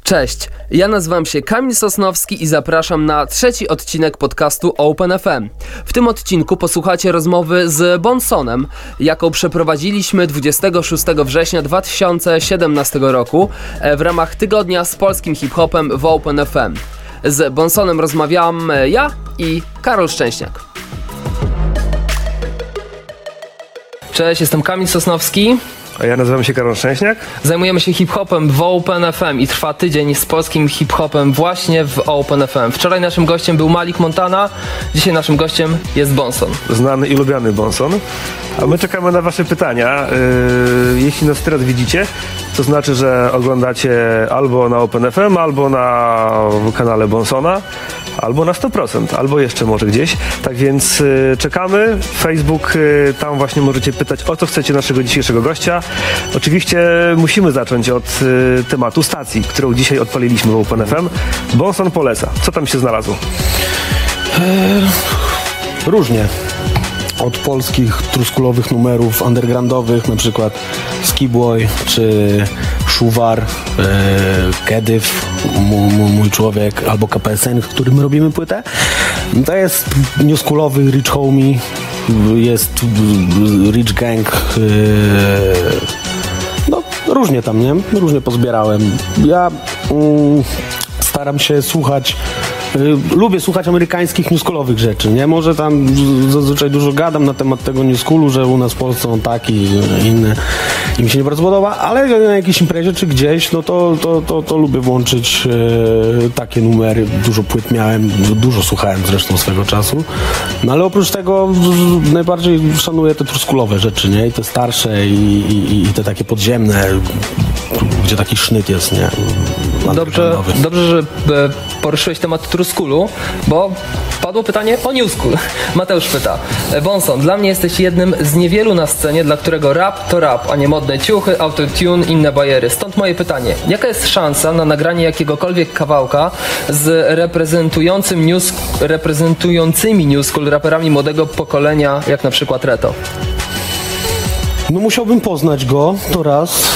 Cześć, ja nazywam się Kamil Sosnowski i zapraszam na trzeci odcinek podcastu OpenFM. W tym odcinku posłuchacie rozmowy z Bonsonem, jaką przeprowadziliśmy 26 września 2017 roku w ramach tygodnia z polskim hip-hopem w OpenFM. Z Bonsonem rozmawiam ja i Karol Szczęśniak. Cześć, jestem Kamil Sosnowski. A ja nazywam się Karol Szczęśniak. Zajmujemy się hip-hopem w OpenFM i trwa tydzień z polskim hip-hopem właśnie w OpenFM. Wczoraj naszym gościem był Malik Montana, dzisiaj naszym gościem jest Bonson. Znany i lubiany Bonson. A my czekamy na wasze pytania. Jeśli nas teraz widzicie, to znaczy, że oglądacie albo na OpenFM, albo na kanale Bonsona, albo na 100%, albo jeszcze może gdzieś. Tak więc czekamy. Facebook, tam właśnie możecie pytać, o co chcecie naszego dzisiejszego gościa. Oczywiście musimy zacząć od tematu stacji, którą dzisiaj odpaliliśmy w OpenFM. Bonson poleca. Co tam się znalazło? Różnie. Od polskich truskulowych numerów undergroundowych, na przykład Skiboy czy Szuwar, Kedyf, mój człowiek, albo KPSN, z którym robimy płytę. To jest newschoolowy Rich Homie, jest Rich Gang, no różnie tam, nie? Różnie pozbierałem. Ja staram się słuchać, lubię słuchać amerykańskich newschoolowych rzeczy, nie? Może tam zazwyczaj dużo gadam na temat tego newschoolu, że u nas w Polsce on taki i inny i mi się nie bardzo podoba, ale na jakiejś imprezie czy gdzieś, no to lubię włączyć takie numery. Dużo płyt miałem, dużo słuchałem zresztą swego czasu, no ale oprócz tego najbardziej szanuję te truskulowe rzeczy, nie? I te starsze i te takie podziemne, gdzie taki sznyt jest, nie? Dobrze, że poruszyłeś temat truskulu, bo padło pytanie o new school. Mateusz pyta: Bonson, dla mnie jesteś jednym z niewielu na scenie, dla którego rap to rap, a nie modne ciuchy, autotune, inne bajery. Stąd moje pytanie: jaka jest szansa na nagranie jakiegokolwiek kawałka z reprezentującymi new school raperami młodego pokolenia, jak na przykład Reto? No musiałbym poznać go, to raz.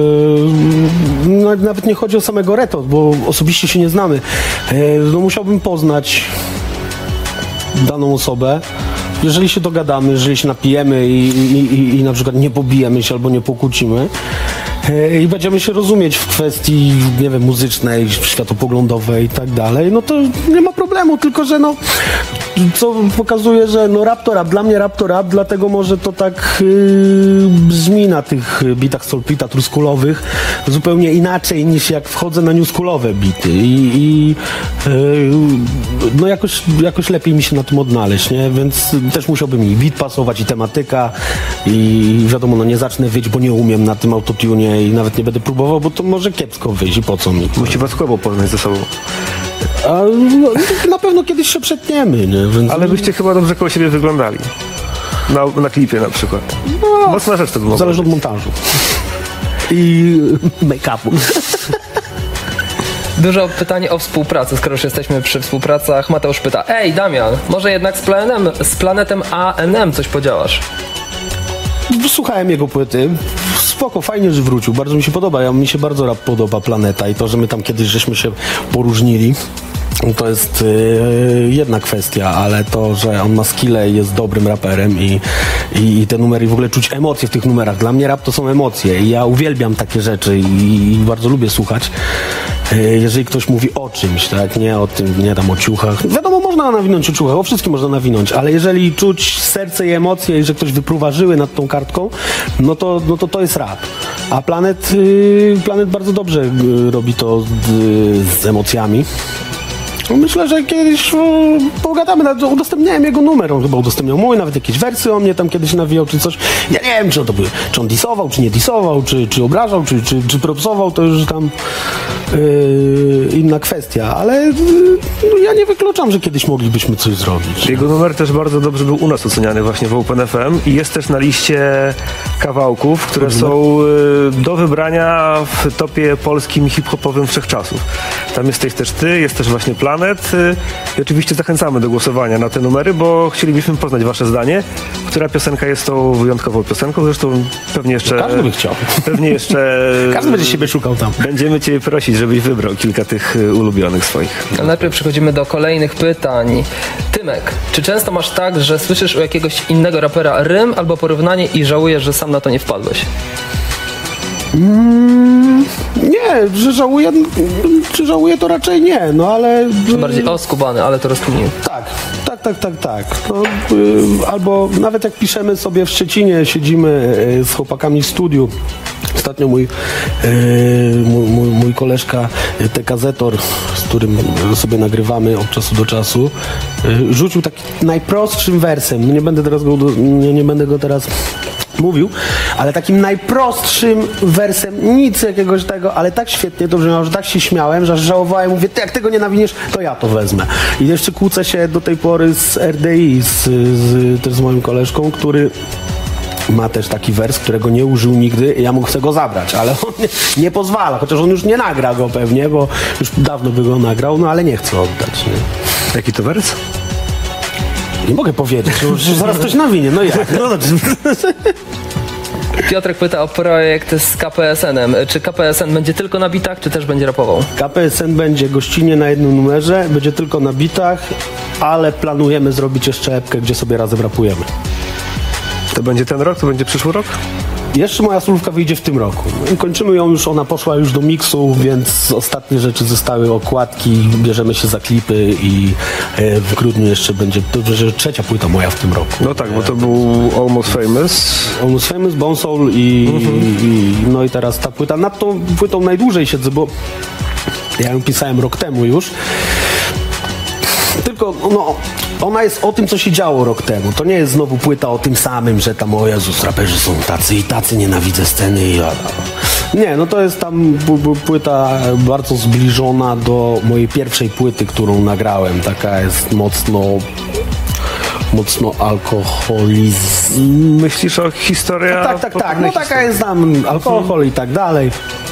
Nawet nie chodzi o samego Reto, bo osobiście się nie znamy. No musiałbym poznać daną osobę. Jeżeli się dogadamy, jeżeli się napijemy i na przykład nie pobijemy się albo nie pokłócimy i będziemy się rozumieć w kwestii, nie wiem, muzycznej, światopoglądowej i tak dalej, no to nie ma problemu, tylko że no, co pokazuje, że no rap to rap, dla mnie rap to rap, dlatego może to tak brzmi na tych bitach soulpita truskulowych zupełnie inaczej niż jak wchodzę na newschoolowe bity i no jakoś lepiej mi się na tym odnaleźć, nie? Więc też musiałby mi beat pasować i tematyka i wiadomo, no nie zacznę wyjść, bo nie umiem na tym autotune i nawet nie będę próbował, bo to może kiepsko wyjść i po co mi. Musi was chłopo poznać ze sobą. A, no, na pewno kiedyś się przetniemy, nie? Więc... Ale byście chyba dobrze koło siebie wyglądali. Na klipie na przykład. No, mocna rzecz to było. Zależy od montażu. I make-upu. Dużo pytań o współpracę, skoro już jesteśmy przy współpracach. Mateusz pyta: ej Damian, może jednak z Planetem A&M coś podziałasz? Słuchałem jego płyty. Spoko, fajnie, że wrócił. Bardzo mi się podoba. Mi się bardzo rap podoba, Planeta, i to, że my tam kiedyś żeśmy się poróżnili, to jest jedna kwestia, ale to, że on ma skille i jest dobrym raperem i te numery, w ogóle czuć emocje w tych numerach. Dla mnie rap to są emocje i ja uwielbiam takie rzeczy i bardzo lubię słuchać. Jeżeli ktoś mówi o czymś, tak, nie o tym, nie tam o ciuchach. Wiadomo, można nawinąć o ciuchach, o wszystkim można nawinąć, ale jeżeli czuć serce i emocje i że ktoś wypruwa żyły nad tą kartką, no to jest rap. A Planet bardzo dobrze robi to z emocjami. Myślę, że kiedyś pogadamy, udostępniałem jego numer, on chyba udostępniał mój, nawet jakieś wersy o mnie tam kiedyś nawijał, czy coś. Ja nie wiem, czy on disował, czy nie disował, czy obrażał, czy propsował, to już tam inna kwestia, ale ja nie wykluczam, że kiedyś moglibyśmy coś zrobić. Jego numer też bardzo dobrze był u nas oceniany właśnie w OpenFM i jest też na liście kawałków, które są do wybrania w topie polskim hip-hopowym wszechczasów. Tam jesteś też ty, jest też właśnie Plan, Planet. I oczywiście zachęcamy do głosowania na te numery, bo chcielibyśmy poznać wasze zdanie, która piosenka jest tą wyjątkową piosenką. Zresztą pewnie jeszcze... Każdy by chciał. Pewnie jeszcze... Każdy będzie siebie szukał tam. Będziemy cię prosić, żebyś wybrał kilka tych ulubionych swoich. A najpierw przechodzimy do kolejnych pytań. Tymek, czy często masz tak, że słyszysz u jakiegoś innego rapera rym albo porównanie i żałujesz, że sam na to nie wpadłeś? Nie, że żałuję, czy żałuję to raczej nie, no ale... Czy bardziej skubany, ale to rozkminił. Tak. No, albo nawet jak piszemy sobie w Szczecinie, siedzimy z chłopakami w studiu. Ostatnio mój koleżka Tekazetor, z którym sobie nagrywamy od czasu do czasu, rzucił taki najprostszym wersem. No nie będę go teraz mówił, ale takim najprostszym wersem, nic jakiegoś tego, ale tak świetnie to brzmiało, że tak się śmiałem, że aż żałowałem, mówię, ty jak tego nienawidzisz, to ja to wezmę. I jeszcze kłócę się do tej pory z RDI, też z moim koleżką, który ma też taki wers, którego nie użył nigdy i ja mu chcę go zabrać, ale on nie pozwala, chociaż on już nie nagra go pewnie, bo już dawno by go nagrał, no ale nie chce oddać. Nie? Jaki to wers? Nie mogę powiedzieć, że zaraz ktoś nawinie, no jak? No, Piotrek pyta o projekt z KPSN-em. Czy KPSN będzie tylko na bitach, czy też będzie rapował? KPSN będzie gościnnie na jednym numerze, będzie tylko na bitach, ale planujemy zrobić jeszcze epkę, gdzie sobie razem rapujemy. To będzie ten rok? To będzie przyszły rok? Jeszcze moja solówka wyjdzie w tym roku. Kończymy ją już, ona poszła już do miksu, więc ostatnie rzeczy zostały okładki, bierzemy się za klipy i w grudniu jeszcze będzie, to będzie trzecia płyta moja w tym roku. No tak, bo to był Almost Famous. Almost Famous, Bonesoul no i teraz ta płyta. Nad tą płytą najdłużej siedzę, bo ja ją pisałem rok temu już. Tylko, no, ona jest o tym, co się działo rok temu. To nie jest znowu płyta o tym samym, że tam, o Jezus, raperzy są tacy i tacy, nienawidzę sceny i nie, no to jest tam płyta bardzo zbliżona do mojej pierwszej płyty, którą nagrałem. Taka jest mocno Myślisz o historii? Tak. No taka jest tam alkohol i tak dalej.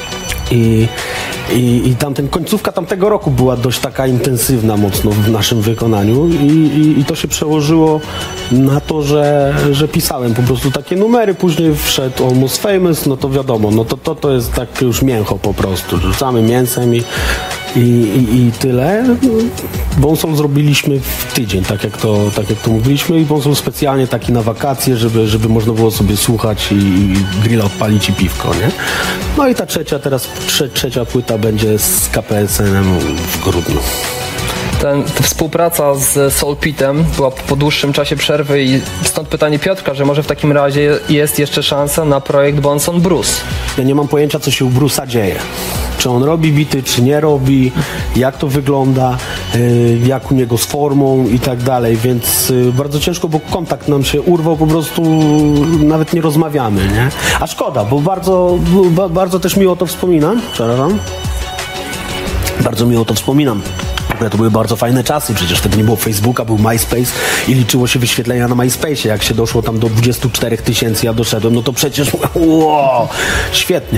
I tamten końcówka tamtego roku była dość taka intensywna mocno w naszym wykonaniu i to się przełożyło na to, że pisałem po prostu takie numery, później wszedł Almost Famous, no to wiadomo, no to jest tak już mięcho po prostu, rzucamy mięsem i tyle. Bonesoul zrobiliśmy w tydzień, tak jak to mówiliśmy i Bonesoul specjalnie taki na wakacje, żeby można było sobie słuchać i grilla odpalić i piwko, nie? No i ta trzecia płyta będzie z KPSN-em w grudniu. Ta współpraca z Soul Pitem była po dłuższym czasie przerwy i stąd pytanie Piotrka, że może w takim razie jest jeszcze szansa na projekt Bonson Bruce. Ja nie mam pojęcia, co się u Bruce'a dzieje. Czy on robi bity, czy nie robi, jak to wygląda, jak u niego z formą i tak dalej, więc bardzo ciężko, bo kontakt nam się urwał, po prostu nawet nie rozmawiamy, nie? A szkoda, bo bardzo też miło to wspominam. Przepraszam. Bardzo miło to wspominam. To były bardzo fajne czasy, przecież wtedy nie było Facebooka, był MySpace i liczyło się wyświetlenia na MySpace'ie. Jak się doszło tam do 24 000, ja doszedłem, no to przecież wow, świetnie.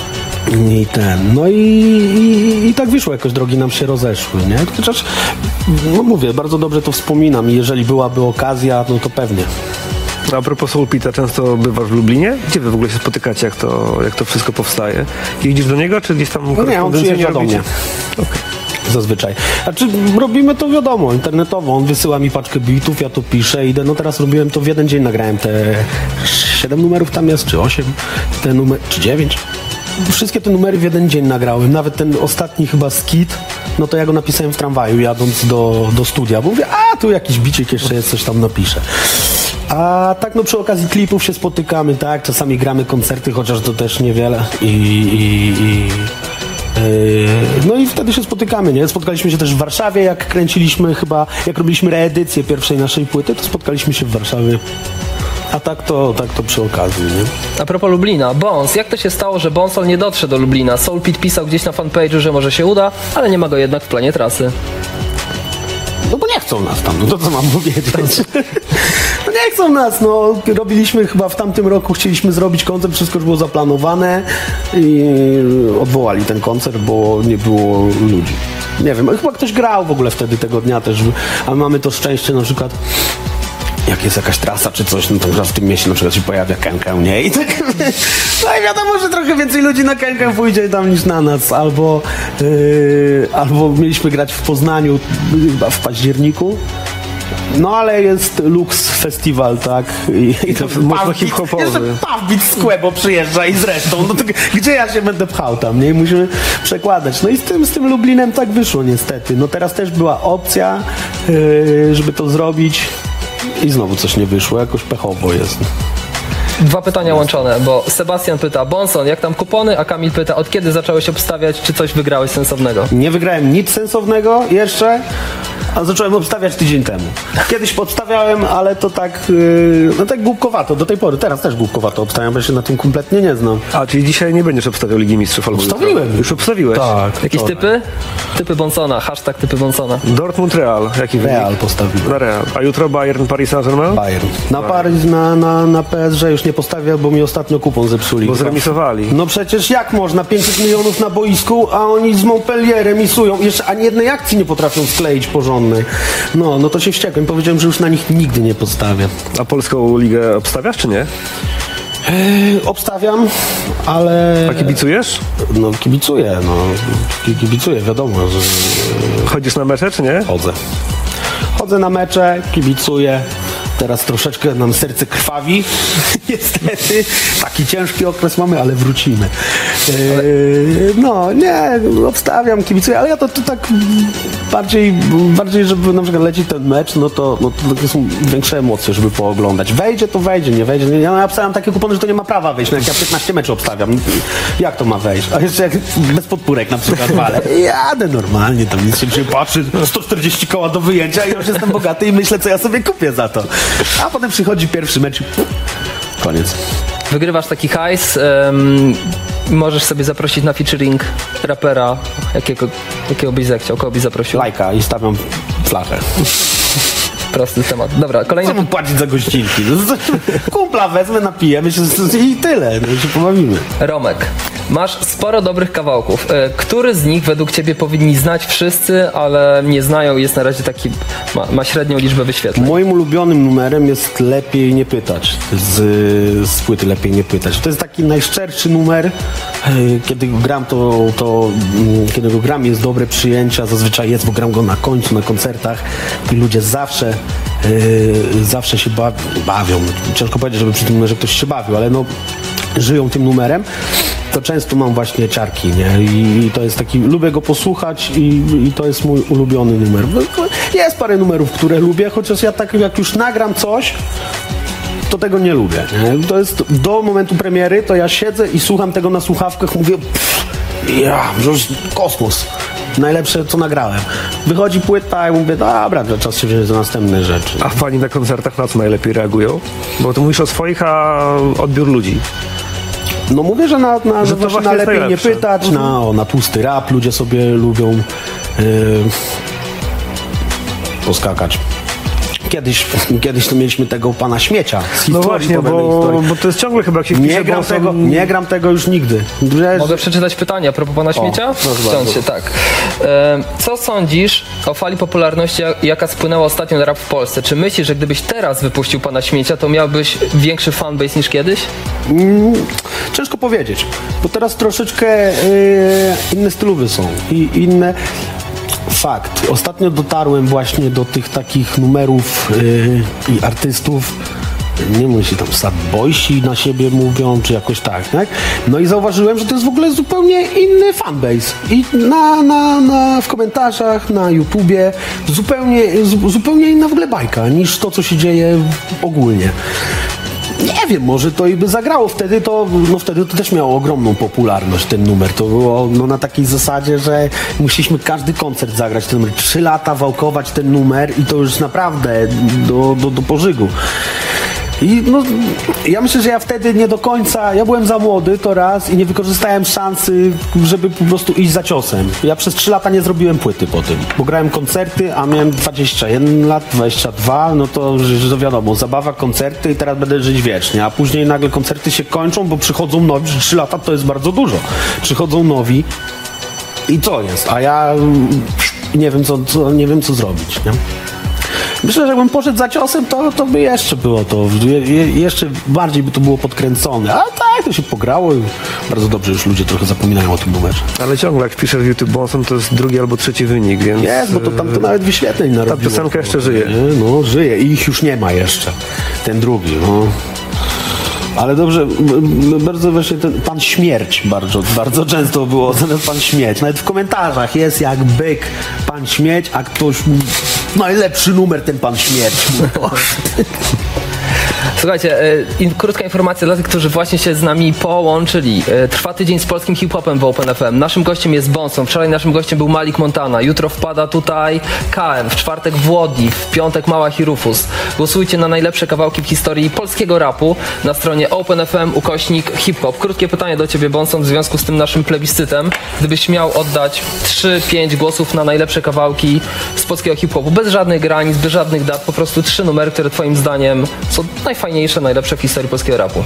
I tak wyszło, jakoś drogi nam się rozeszły, nie? Chociaż, no mówię, bardzo dobrze to wspominam i jeżeli byłaby okazja, no to pewnie. A propos Soul Pita, często bywasz w Lublinie? Gdzie wy w ogóle się spotykacie, jak to wszystko powstaje? Jeździsz do niego, czy gdzieś tam... No nie, on przyjeżdża do mnie. Okay. Zazwyczaj. Znaczy robimy to wiadomo, internetowo. On wysyła mi paczkę beatów, ja to piszę, idę. No teraz robiłem to w jeden dzień, nagrałem te 7 numerów tam jest, czy 8, czy 9. Wszystkie te numery w jeden dzień nagrałem. Nawet ten ostatni chyba skit, no to ja go napisałem w tramwaju, jadąc do studia, bo mówię, tu jakiś bicik jeszcze jest, coś tam napiszę. A tak, no przy okazji klipów się spotykamy, tak, czasami gramy koncerty, chociaż to też niewiele no i wtedy się spotykamy, nie? Spotkaliśmy się też w Warszawie, jak kręciliśmy chyba, jak robiliśmy reedycję pierwszej naszej płyty, to spotkaliśmy się w Warszawie. A tak to przy okazji, nie? A propos Lublina, Bones, jak to się stało, że Bonesoul nie dotrze do Lublina? Soul Pit pisał gdzieś na fanpage'u, że może się uda, ale nie ma go jednak w planie trasy. No bo nie chcą nas tam, no to co mam powiedzieć? No nie chcą nas, no. Robiliśmy chyba w tamtym roku, chcieliśmy zrobić koncert, wszystko już było zaplanowane i odwołali ten koncert, bo nie było ludzi. Nie wiem, chyba ktoś grał w ogóle wtedy tego dnia też, a mamy to szczęście na przykład, jak jest jakaś trasa czy coś, no to raz w tym mieście na przykład się pojawia Kękę, nie? I tak, no i wiadomo, że trochę więcej ludzi na Kękę pójdzie tam niż na nas, albo mieliśmy grać w Poznaniu chyba w październiku. No ale jest Lux Festival, tak? I to mocno hip-hopowy. Jeszcze Pawbit z Kłębo przyjeżdża i zresztą, no to gdzie ja się będę pchał tam, nie? I musimy przekładać. No i z tym Lublinem tak wyszło niestety. No teraz też była opcja, żeby to zrobić i znowu coś nie wyszło, jakoś pechowo jest. Dwa pytania łączone, bo Sebastian pyta, Bonson, jak tam kupony, a Kamil pyta, od kiedy zacząłeś obstawiać, czy coś wygrałeś sensownego? Nie wygrałem nic sensownego jeszcze, a zacząłem obstawiać tydzień temu. Kiedyś podstawiałem, ale to tak, no tak głupkowato do tej pory. Teraz też głupkowato obstawiam, bo się na tym kompletnie nie znam. A, czyli dzisiaj nie będziesz obstawiał Ligi Mistrzów? Albo Obstawiłem. Już obstawiłeś? Tak. Jakieś typy? Typy Bonsona, hashtag typy Bonsona. Dortmund Real, jaki wynik? Real postawiłem. Na Real. A jutro Bayern Paris Saint-Germain? Bayern. Na Paris, na PSG już nie postawię, bo mi ostatnio kupon zepsuli. Bo zremisowali. No przecież jak można? 500 milionów na boisku, a oni z Montpellier remisują. Jeszcze ani jednej akcji nie potrafią skleić porządnej. No to się wściekłem. Powiedziałem, że już na nich nigdy nie postawię. A polską ligę obstawiasz, czy nie? Obstawiam, ale... A kibicujesz? No kibicuję, kibicuję, wiadomo, że Chodzisz na mecze, czy nie? chodzę na mecze, kibicuję. Teraz troszeczkę nam serce krwawi. Niestety. Taki ciężki okres mamy, ale wrócimy. No, nie, obstawiam, kibicuję, ale ja to tak bardziej, żeby na przykład lecieć ten mecz, no to są większe emocje, żeby pooglądać. Wejdzie, to wejdzie, nie wejdzie. Ja obstawiam takie kupony, że to nie ma prawa wejść. No jak ja 15 meczów obstawiam, jak to ma wejść? A jeszcze jak bez podpórek na przykład walę. Jadę normalnie, tam nic się nie patrzy, 140 koła do wyjęcia i już jestem bogaty i myślę, co ja sobie kupię za to. A potem przychodzi pierwszy mecz i koniec. Wygrywasz taki hajs, możesz sobie zaprosić na featuring rapera, jakiego byś zechciał, kogo byś zaprosił? Lajka i stawiam flachę. Prosty temat. Dobra, kolejny... Co mu płacić za gościnki? Kumpla wezmę, napijemy się i tyle, no i się pobawimy. Romek, masz sporo dobrych kawałków. Który z nich według ciebie powinni znać wszyscy, ale nie znają i jest na razie taki, ma średnią liczbę wyświetleń? Moim ulubionym numerem jest Lepiej nie pytać. Z płyty Lepiej nie pytać. To jest taki najszczerszy numer. Kiedy go gram, kiedy go gram, jest dobre przyjęcia. Zazwyczaj jest, bo gram go na końcu, na koncertach i ludzie zawsze się bawią. Ciężko powiedzieć, żeby przy tym numerze ktoś się bawił, ale no żyją tym numerem. To często mam właśnie ciarki, nie? I to jest taki, lubię go posłuchać i to jest mój ulubiony numer. Jest parę numerów, które lubię, chociaż ja tak jak już nagram coś, to tego nie lubię. Nie? To jest do momentu premiery, to ja siedzę i słucham tego na słuchawkach, mówię już kosmos. Najlepsze, co nagrałem. Wychodzi płyta i mówię, dobra, czas się wziąć za następne rzeczy. A fani na koncertach na co najlepiej reagują? Bo ty mówisz o swoich, a odbiór ludzi. No mówię, że Że to właśnie lepiej najlepsze. nie pytać, na tłusty rap ludzie sobie lubią poskakać. Kiedyś to mieliśmy tego pana Śmiecia z historii. No właśnie, bo to jest ciągle chyba jak się wpisze, nie gram tego już nigdy. Mogę przeczytać pytanie a propos pana Śmiecia? proszę Tak. Co sądzisz o fali popularności, jaka spłynęła ostatnio na rap w Polsce? Czy myślisz, że gdybyś teraz wypuścił pana Śmiecia, to miałbyś większy fanbase niż kiedyś? Ciężko powiedzieć, bo teraz troszeczkę inne stylowy są i inne. Fakt. Ostatnio dotarłem właśnie do tych takich numerów i artystów, nie wiem, jeśli tam sad boysi na siebie mówią, czy jakoś tak? No i zauważyłem, że to jest w ogóle zupełnie inny fanbase. I w komentarzach, na YouTubie zupełnie inna w ogóle bajka niż to, co się dzieje ogólnie. Nie wiem, może to i by zagrało. Wtedy to też miało ogromną popularność ten numer. To było na takiej zasadzie, że musieliśmy każdy koncert zagrać ten numer. 3 lata wałkować ten numer i to już naprawdę do pożygu. I ja myślę, że ja wtedy nie do końca, ja byłem za młody to raz i nie wykorzystałem szansy, żeby po prostu iść za ciosem. Ja przez 3 lata nie zrobiłem płyty po tym, bo grałem koncerty, a miałem 21 lat, 22, no to wiadomo, zabawa, koncerty i teraz będę żyć wiecznie, a później nagle koncerty się kończą, bo przychodzą nowi, 3 lata to jest bardzo dużo. Przychodzą nowi i co jest? A ja i nie wiem co zrobić, nie? Myślę, że jakbym poszedł za ciosem, to by jeszcze było to, jeszcze bardziej by to było podkręcone. A tak, to się pograło i bardzo dobrze już ludzie trochę zapominają o tym numerze. Ale ciągle jak wpiszesz w YouTube Bonson, to jest drugi albo trzeci wynik, więc... Jest, bo to tam to nawet wyświetleń narobiło. Ta piosenka jeszcze żyje. Nie? No, żyje i ich już nie ma jeszcze. Ten drugi, no. Ale dobrze, bardzo właśnie ten Pan Śmierć bardzo często było, zamiast Pan Śmierć. Nawet w komentarzach jest jak byk Pan Śmierć, a ktoś najlepszy numer ten Pan Śmierć. Słuchajcie, krótka informacja dla tych, którzy właśnie się z nami połączyli. Trwa tydzień z polskim hip-hopem w Open FM. Naszym gościem jest Bonson. Wczoraj naszym gościem był Malik Montana. Jutro wpada tutaj KM. W czwartek Włodi. W piątek Mała Hirufus. Głosujcie na najlepsze kawałki w historii polskiego rapu na stronie Open FM /hip-hop. Krótkie pytanie do ciebie, Bonson, w związku z tym naszym plebiscytem. Gdybyś miał oddać 3-5 głosów na najlepsze kawałki z polskiego hip-hopu, bez żadnych granic, bez żadnych dat, po prostu 3 numery, które twoim zdaniem są najfajniejsze, najlepsze w historii polskiego rapu.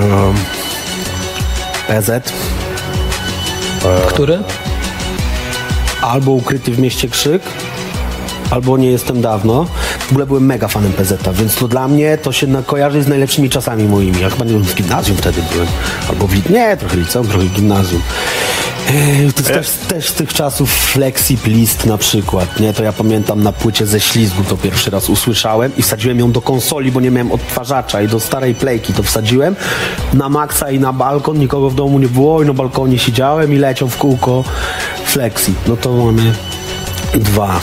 PZ. Który? Albo Ukryty w mieście krzyk, albo Nie jestem dawno. W ogóle byłem mega fanem PZ-a, więc to dla mnie to się kojarzy z najlepszymi czasami moimi. Ja chyba nie wiem, w gimnazjum wtedy byłem. Albo nie, trochę liceum, trochę gimnazjum. To jest też z tych czasów Flexi List na przykład, nie? To ja pamiętam na płycie Ze ślizgu to pierwszy raz usłyszałem i wsadziłem ją do konsoli, bo nie miałem odtwarzacza i do starej playki to wsadziłem na maksa i na balkon, nikogo w domu nie było i na balkonie siedziałem i leciał w kółko Flexi. No to mamy 2.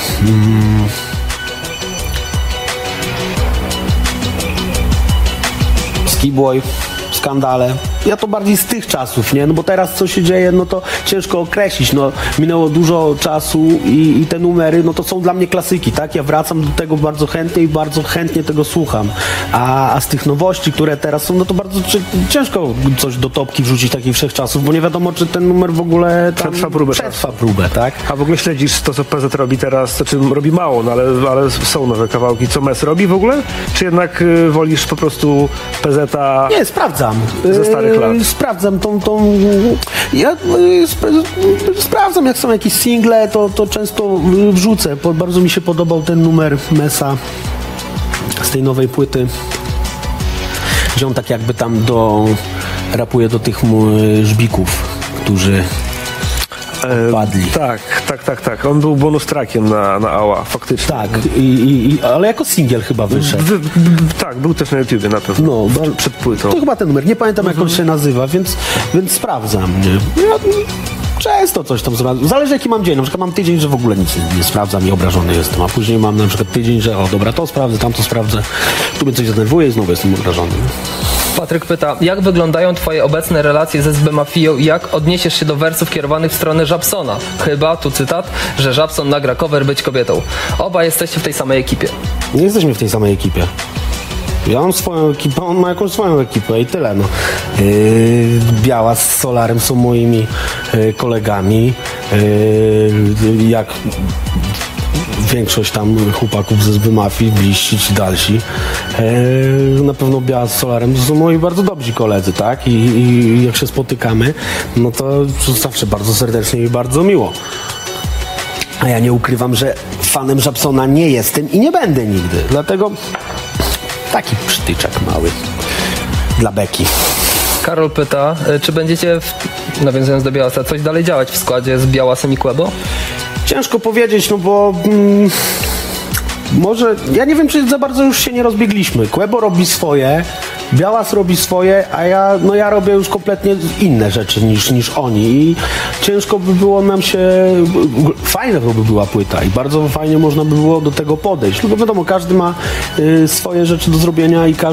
Skiboy, Skandale. Ja to bardziej z tych czasów, nie? No bo teraz co się dzieje, no to ciężko określić, no minęło dużo czasu i te numery, no to są dla mnie klasyki, tak? Ja wracam do tego bardzo chętnie i bardzo chętnie tego słucham, a z tych nowości, które teraz są, no to bardzo ciężko coś do topki wrzucić takich wszechczasów, bo nie wiadomo, czy ten numer w ogóle tam przetrwa próbę, tak? A w ogóle śledzisz to, co PZ robi teraz, to czym robi mało, no ale są nowe kawałki. Co Mes robi w ogóle? Czy jednak wolisz po prostu PZ-a? Nie, sprawdzam. Ze starych lat. Sprawdzam ja sprawdzam, jak są jakieś single, to często wrzucę. Bardzo mi się podobał ten numer Mesa z tej nowej płyty, gdzie on tak jakby tam rapuje do tych żbików, którzy padli. Tak. On był bonus trackiem na AOA, faktycznie. Tak, ale jako singiel chyba wyszedł. Tak, był też na YouTubie na pewno. No, przed płytą. To chyba ten numer, nie pamiętam jak on się nazywa, więc sprawdzam, nie? Ja często coś tam sprawdzam. Zależy jaki mam dzień, na przykład mam tydzień, że w ogóle nic nie sprawdzam i obrażony jestem, a później mam na przykład tydzień, że dobra, to sprawdzę, tamto sprawdzę, tu mnie coś zdenerwuje i znowu jestem obrażony. Patryk pyta, jak wyglądają twoje obecne relacje ze SB Mafią i jak odniesiesz się do wersów kierowanych w stronę Żabsona? Chyba, tu cytat, że Żabson nagra cover Być kobietą. Oba jesteście w tej samej ekipie. Nie jesteśmy w tej samej ekipie. Ja mam swoją ekipę, on ma jakąś swoją ekipę i tyle, no. Biała z Solarem są moimi kolegami. Jak większość tam chłopaków ze SB Mafii, bliżsi czy dalsi. Na pewno Biała z Solarem to są moi bardzo dobrzy koledzy, tak? I jak się spotykamy, no to zawsze bardzo serdecznie i bardzo miło. A ja nie ukrywam, że fanem Żabsona nie jestem i nie będę nigdy. Dlatego taki przytyczek mały dla beki. Karol pyta, czy będziecie, nawiązując do Białasa, coś dalej działać w składzie z Białasem i Quebo? Ciężko powiedzieć, no bo może, ja nie wiem, czy za bardzo już się nie rozbiegliśmy. Quebo robi swoje, Białas robi swoje, a ja robię już kompletnie inne rzeczy niż oni i ciężko by było nam się, fajna by była płyta i bardzo fajnie można by było do tego podejść, tylko wiadomo, każdy ma swoje rzeczy do zrobienia i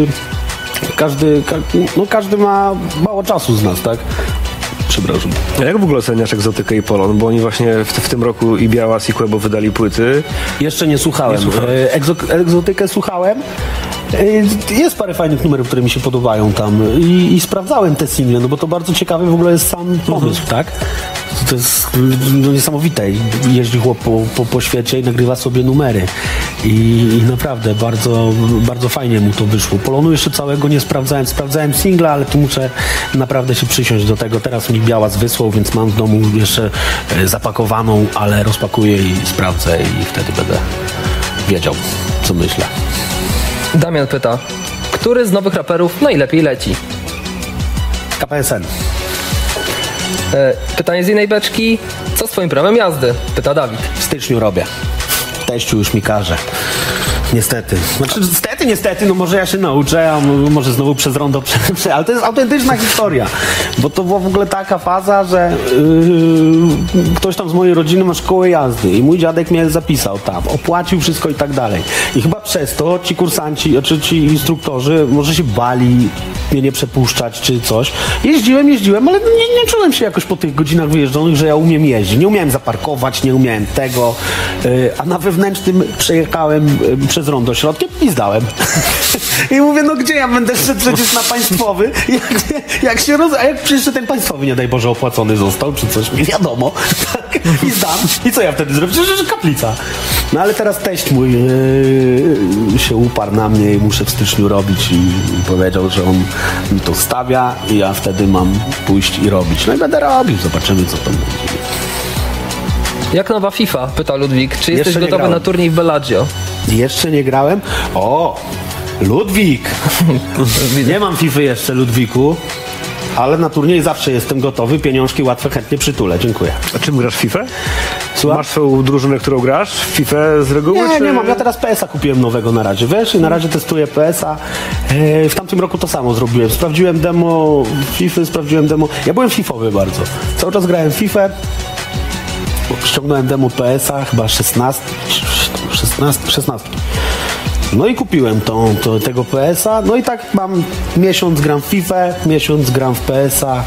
każdy ma mało czasu z nas, tak? Przepraszam. A jak w ogóle oceniasz Egzotykę i Polon? Bo oni właśnie w tym roku i Białas i Quebo wydali płyty. Jeszcze nie słuchałem. Egzotykę słuchałem. Jest parę fajnych numerów, które mi się podobają tam i sprawdzałem te single, no bo to bardzo ciekawy w ogóle jest sam pomysł, tak? To jest niesamowite. Jeździ chłop po świecie i nagrywa sobie numery. i naprawdę bardzo, bardzo fajnie mu to wyszło. Polonu jeszcze całego nie sprawdzałem singla, ale tu muszę naprawdę się przysiąść do tego. Teraz mi Białas wysłał, więc mam w domu jeszcze zapakowaną, ale rozpakuję i sprawdzę i wtedy będę wiedział, co myślę. Damian pyta, który z nowych raperów najlepiej leci? KPSN. Pytanie z innej beczki, co z twoim prawem jazdy? Pyta Dawid. W styczniu robię. Teściu już mi każe. Niestety. Znaczy, niestety, no może ja się nauczę, a może znowu przez rondo, ale to jest autentyczna historia. Bo to była w ogóle taka faza, że ktoś tam z mojej rodziny ma szkołę jazdy i mój dziadek mnie zapisał tam, opłacił wszystko i tak dalej. I chyba przez to ci kursanci, czy ci instruktorzy może się bali mnie nie przepuszczać, czy coś. Jeździłem, ale nie czułem się jakoś po tych godzinach wyjeżdżonych, że ja umiem jeździć. Nie umiałem zaparkować, nie umiałem tego, a na wewnętrznym przejechałem przez rondo środkiem i zdałem. I mówię, no gdzie ja będę szedł przecież na państwowy, a jak przecież ten państwowy, nie daj Boże, opłacony został, czy coś, nie wiadomo, tak, i zdam. I co ja wtedy zrobię? Przecież kaplica. No ale teraz teść mój się uparł na mnie i muszę w styczniu robić i powiedział, że on mi to stawia i ja wtedy mam pójść i robić. No i będę robił, zobaczymy, co to będzie. Jak nowa FIFA? Pyta Ludwik. Czy jesteś Jeszcze nie gotowy grałem. na turniej w Bellagio? Jeszcze nie grałem? O, Ludwik! Nie mam FIFA jeszcze, Ludwiku, ale na turniej zawsze jestem gotowy, pieniążki łatwe, chętnie przytulę. Dziękuję. A czym grasz w FIFA? Słucham? Masz swoją drużynę, którą grasz? W FIFA z reguły? Nie, czy... nie mam. Ja teraz PS-a kupiłem nowego na razie, wiesz? I na razie testuję PS-a. W tamtym roku to samo zrobiłem. Sprawdziłem demo FIFA, sprawdziłem demo... Ja byłem fifowy bardzo. Cały czas grałem w FIFA. Ściągnąłem demo PS-a, chyba 16. No i kupiłem tego PS-a. No i tak mam miesiąc gram w FIFA, miesiąc gram w PS-a.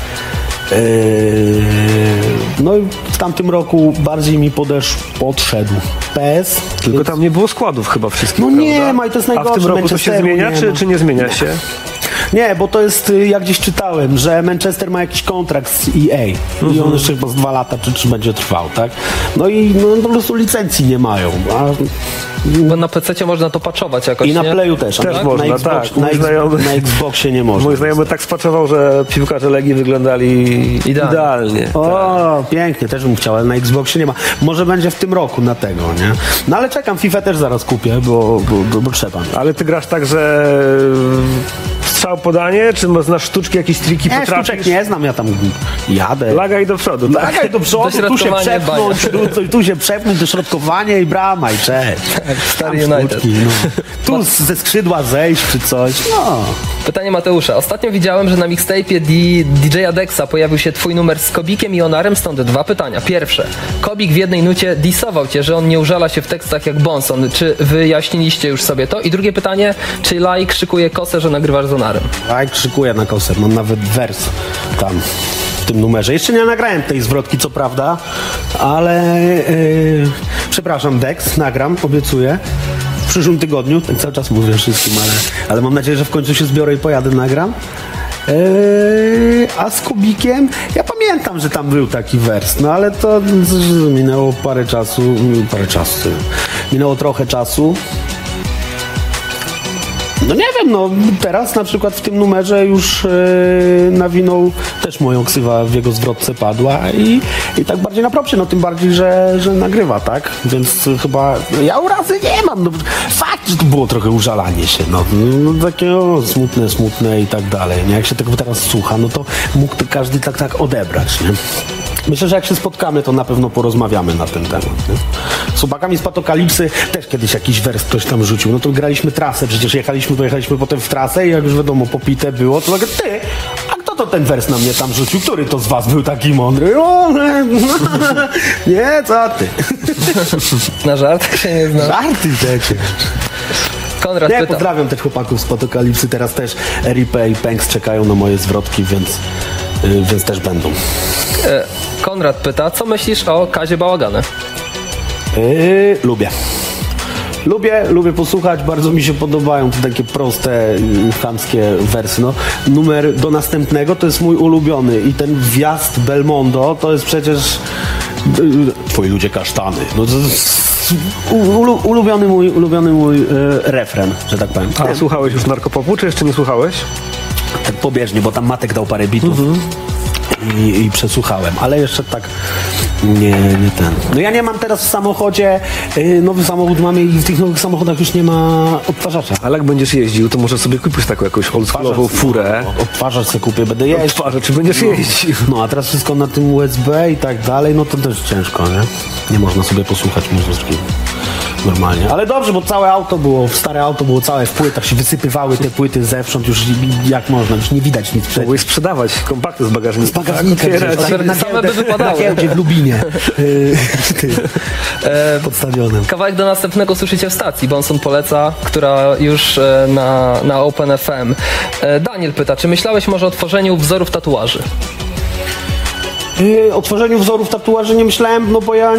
No i w tamtym roku bardziej mi podszedł PS. Tylko tam nie było składów chyba wszystkich, No prawda? nie ma i to jest najgorsze. A w tym roku to się Manchesteru zmienia, nie ma. czy nie zmienia się? Nie, bo to jest, jak gdzieś czytałem, że Manchester ma jakiś kontrakt z EA i on jeszcze chyba z 2 lata czy 3 będzie trwał, tak? No i po prostu licencji nie mają. Bo na PC można to patchować jakoś, I na nie? Playu też. Też na można, Xbox, tak. na Xboxie nie można. Mój znajomy tak spaczował, że piłkarze Legii wyglądali idealnie. O, pięknie, też bym chciał, ale na Xboxie nie ma. Może będzie w tym roku na tego, nie? No ale czekam, FIFA też zaraz kupię, bo trzeba. Ale ty grasz tak, że strzał podanie, czy znasz sztuczki, jakieś triki Nie, potrafisz? sztuczek nie znam, ja tam jadę. Lagaj do przodu, tak? Lagaj do przodu, tu się Dośrodkowanie, przepchnąć, tu się przepchnąć, dośrodkowanie i brama i cześć. Stary Tam United. sztuczki, no. Tu ze skrzydła zejść czy coś, no. Pytanie Mateusza. Ostatnio widziałem, że na mixtape'ie DJ-a Dexa pojawił się twój numer z Kobikiem i Onarem, stąd 2 pytania. Pierwsze. Kobik w jednej nucie dissował cię, że on nie użala się w tekstach jak Bonson. Czy wyjaśniliście już sobie to? I drugie pytanie. Czy Like szykuje kosę, że nagrywasz z Onarem? Aj, krzykuję na kosę, mam nawet wers tam w tym numerze. Jeszcze nie nagrałem tej zwrotki, co prawda, ale przepraszam, Dex, nagram, obiecuję. W przyszłym tygodniu, tak cały czas mówię wszystkim, ale mam nadzieję, że w końcu się zbiorę i pojadę, nagram. A z Kubikiem, ja pamiętam, że tam był taki wers, no ale to minęło minęło trochę czasu. No nie wiem, no teraz na przykład w tym numerze już nawinął, też moją ksywa w jego zwrotce padła i tak bardziej na propsie, no tym bardziej, że nagrywa, tak? Więc chyba ja urazy nie mam, no fakt, że to było trochę użalanie się, no takie smutne i tak dalej, nie? Jak się tego teraz słucha, no to mógł to każdy tak odebrać, nie? Myślę, że jak się spotkamy, to na pewno porozmawiamy na ten temat. Nie? Z chłopakami z Patokalipsy też kiedyś jakiś wers ktoś tam rzucił. No to graliśmy trasę, przecież pojechaliśmy potem w trasę i jak już wiadomo, popite było, to tak, ty, a kto to ten wers na mnie tam rzucił? Który to z was był taki mądry? O, nie, co ty? Na żart się nie zna. Żarty przecież. Konrad Nie, pyta. pozdrawiam też chłopaków z Patokalipsy. Teraz też Ripe i Pęks czekają na moje zwrotki, więc też będą. Konrad pyta, co myślisz o Kazie Bałagany? Lubię posłuchać, bardzo mi się podobają te takie proste, chamskie wersy. No, numer do następnego to jest mój ulubiony i ten wjazd Belmondo to jest przecież twoi ludzie kasztany. No to ulubiony mój refren, że tak powiem. A słuchałeś już Narkopopu, czy jeszcze nie słuchałeś? Tak pobieżnie, bo tam Matek dał parę bitów. I przesłuchałem, ale jeszcze tak nie ten. No ja nie mam teraz w samochodzie, nowy samochód mamy i w tych nowych samochodach już nie ma odtwarzacza. Ale jak będziesz jeździł, to może sobie kupisz taką jakąś oldschoolową furę. Odtwarzacz sobie kupię, będę jeździł. Odtwarzacz, czy będziesz jeździł? No a teraz wszystko na tym USB i tak dalej, no to też ciężko, nie? Nie można sobie posłuchać muzyki normalnie. Ale dobrze, bo stare auto było całe w płytach, się wysypywały te płyty zewsząd, już jak można, już nie widać nic przecież. Mogłeś sprzedawać kompakty z bagażnika. Z bagażnika, Same by wypadały. na giełdzie w Lubinie. Pod stadionem. Kawałek do następnego słyszycie w stacji. Bonson poleca, która już na Open FM. Daniel pyta, czy myślałeś może o tworzeniu wzorów tatuaży? O tworzeniu wzorów tatuaży nie myślałem, no bo ja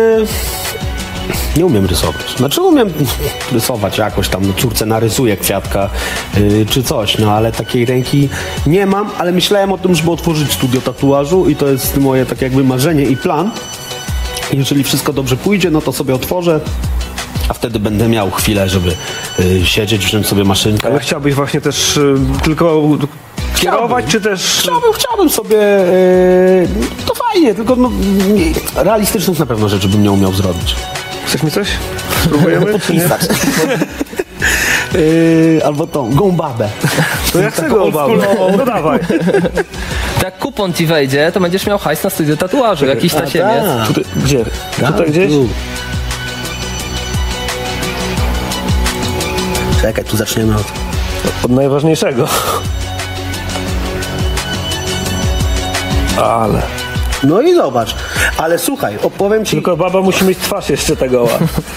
nie umiem rysować. Znaczy umiem rysować jakoś tam, no córce narysuję kwiatka czy coś, no ale takiej ręki nie mam, ale myślałem o tym, żeby otworzyć studio tatuażu i to jest moje tak jakby marzenie i plan. Jeżeli wszystko dobrze pójdzie, no to sobie otworzę, a wtedy będę miał chwilę, żeby siedzieć, wziąć sobie maszynkę. Ale chciałbyś właśnie też tylko kierować, czy też... Chciałbym sobie, to fajnie, tylko no, realistycznych na pewno rzeczy bym nie umiał zrobić. Chcesz mi coś? Spróbujemy? Podpisać. Albo tą, gąbabę. To ja chcę go obawę. No dawaj. Jak kupon ci wejdzie, to będziesz miał hajs na studio tatuażu, jakiś tasiemiec. Tutaj, gdzie? Tutaj gdzieś? Czekaj, tu zaczniemy Od najważniejszego. Ale... No i zobacz, ale słuchaj, opowiem ci... Tylko baba musi mieć twarz jeszcze tego.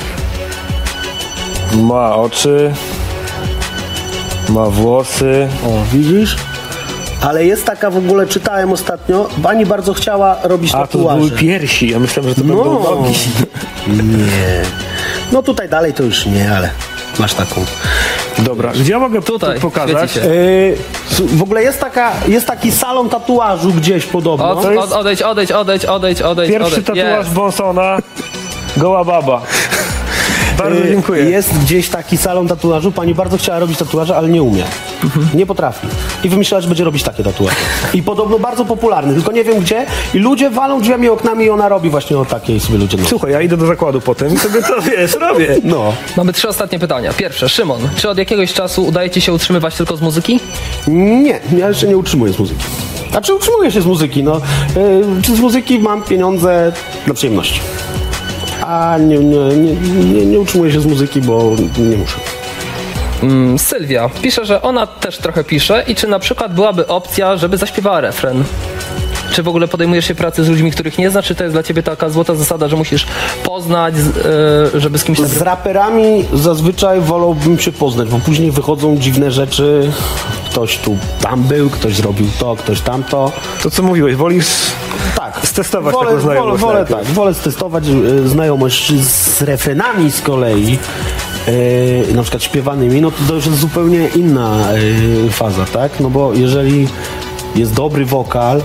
Ma oczy, ma włosy. O, widzisz? Ale jest taka w ogóle, czytałem ostatnio, pani bardzo chciała robić A to tatuaże. były piersi, ja myślałem, że to będą nogi. Nie. No tutaj dalej to już nie, ale masz taką. Dobra, gdzie ja mogę Tutaj, pokazać? świeci się. W ogóle jest taki salon tatuażu gdzieś podobno. Odejdź. Pierwszy tatuaż Bonsona, goła baba. Bardzo dziękuję. Jest gdzieś taki salon tatuażu, pani bardzo chciała robić tatuaże, ale nie umie. Nie potrafi. I wymyślała, że będzie robić takie tatuaże. I podobno bardzo popularny, tylko nie wiem gdzie. I ludzie walą drzwiami i oknami i ona robi właśnie o takiej sobie ludzie. No. Słuchaj, ja idę do zakładu potem i sobie to, wiesz, robię. No. Mamy 3 ostatnie pytania. Pierwsze, Szymon, czy od jakiegoś czasu udaje ci się utrzymywać tylko z muzyki? Nie, ja jeszcze nie utrzymuję z muzyki. Znaczy utrzymuję się z muzyki, no. Czy z muzyki mam pieniądze dla przyjemności. A nie utrzymuję się z muzyki, bo nie muszę. Sylwia pisze, że ona też trochę pisze i czy na przykład byłaby opcja, żeby zaśpiewała refren? Czy w ogóle podejmujesz się pracy z ludźmi, których nie znasz, czy to jest dla ciebie taka złota zasada, że musisz poznać, żeby z kimś... Z raperami zazwyczaj wolałbym się poznać, bo później wychodzą dziwne rzeczy. Ktoś tu tam był, ktoś zrobił to, ktoś tamto. To co mówiłeś, wolisz Tak. stestować taką znajomość? Wolę stestować znajomość z refrenami z kolei. Na przykład śpiewanymi, no to już jest zupełnie inna faza, tak? No bo jeżeli jest dobry wokal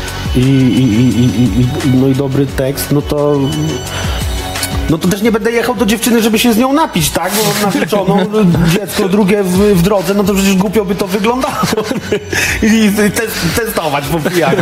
no i dobry tekst, no to też nie będę jechał do dziewczyny, żeby się z nią napić, tak? Bo mam narzeczoną, dziecko drugie w drodze, no to przecież głupio by to wyglądało. I testować po pijaku.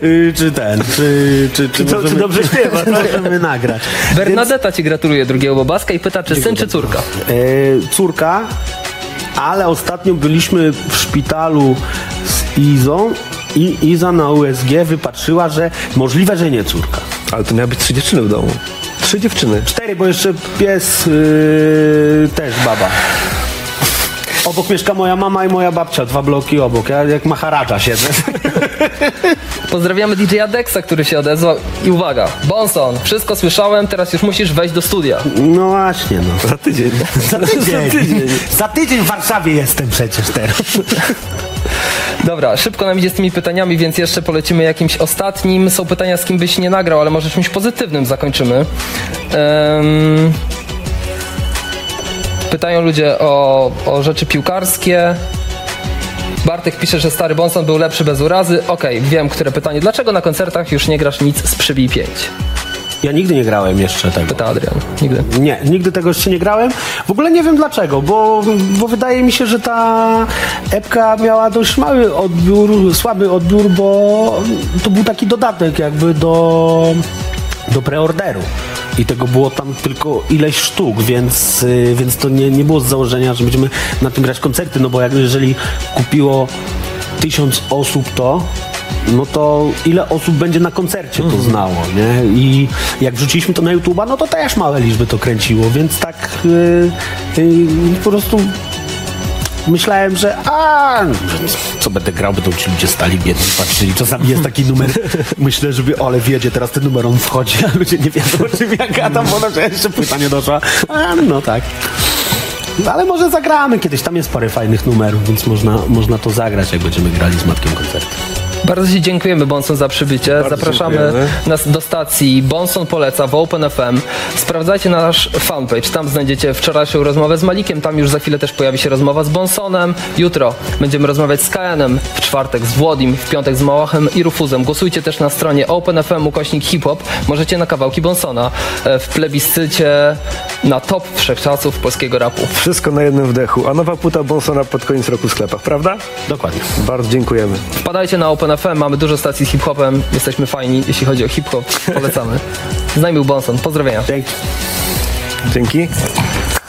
Czy dobrze śpiewa? Możemy nagrać. Bernadetta ci gratuluje drugiego bobaska i pyta, czy syn, czy córka? Córka, ale ostatnio byliśmy w szpitalu z Izą i Iza na USG wypatrzyła, że możliwe, że nie córka. Ale to miały być 3 dziewczyny w domu. 3 dziewczyny. 4, bo jeszcze pies też baba. Obok mieszka moja mama i moja babcia, 2 bloki obok. Ja jak Maharadża siedzę. Pozdrawiamy DJ-a Dexa, który się odezwał i uwaga, Bonson, wszystko słyszałem, teraz już musisz wejść do studia. No właśnie, no. Za tydzień. Za tydzień w Warszawie jestem przecież teraz. Dobra, szybko nam idzie z tymi pytaniami, więc jeszcze polecimy jakimś ostatnim. Są pytania, z kim byś nie nagrał, ale może czymś pozytywnym zakończymy. Pytają ludzie o rzeczy piłkarskie. Bartek pisze, że stary Bonson był lepszy bez urazy. Okej, wiem, które pytanie. Dlaczego na koncertach już nie grasz nic z Przybij 5? Ja nigdy nie grałem jeszcze tego. Pyta Adrian. Nigdy. Nie, nigdy tego jeszcze nie grałem. W ogóle nie wiem dlaczego, bo wydaje mi się, że ta epka miała dość mały odbiór, słaby odbiór, bo to był taki dodatek jakby do preorderu. I tego było tam tylko ileś sztuk, więc to nie było z założenia, że będziemy na tym grać koncerty, no bo jeżeli kupiło 1000 osób no to ile osób będzie na koncercie to znało, nie? I jak wrzuciliśmy to na YouTube'a, no to też małe liczby to kręciło, więc tak po prostu myślałem, że co będę grał, będą ci ludzie stali biedni, patrzyli. Czasami jest taki numer, myślę, żeby ale wiedzie, teraz ten numer on wchodzi, a ludzie nie wiedzą, o czym ja gadam, bo że jeszcze płyta nie doszła. No tak. Ale może zagramy kiedyś, tam jest parę fajnych numerów, więc można to zagrać, jak będziemy grali z Matkiem koncerty. Bardzo Ci dziękujemy, Bonson, za przybycie. Bardzo Zapraszamy dziękujemy. nas do stacji Bonson Poleca w Open FM. Sprawdzajcie nasz fanpage, tam znajdziecie wczorajszą rozmowę z Malikiem, tam już za chwilę też pojawi się rozmowa z Bonsonem. Jutro będziemy rozmawiać z Kajanem, w czwartek z Włodim, w piątek z Małachem i Rufuzem. Głosujcie też na stronie OpenFM/hip-hop. Możecie na kawałki Bonsona w plebiscycie na top wszechczasów polskiego rapu. Wszystko na jednym wdechu, a nowa płyta Bonsona pod koniec roku w sklepach, prawda? Dokładnie. Bardzo dziękujemy. Wpadajcie na Open FM, mamy dużo stacji z hip-hopem, jesteśmy fajni, jeśli chodzi o hip-hop, polecamy. Z nami był Bonson, pozdrowienia. Dzięki. Dzięki.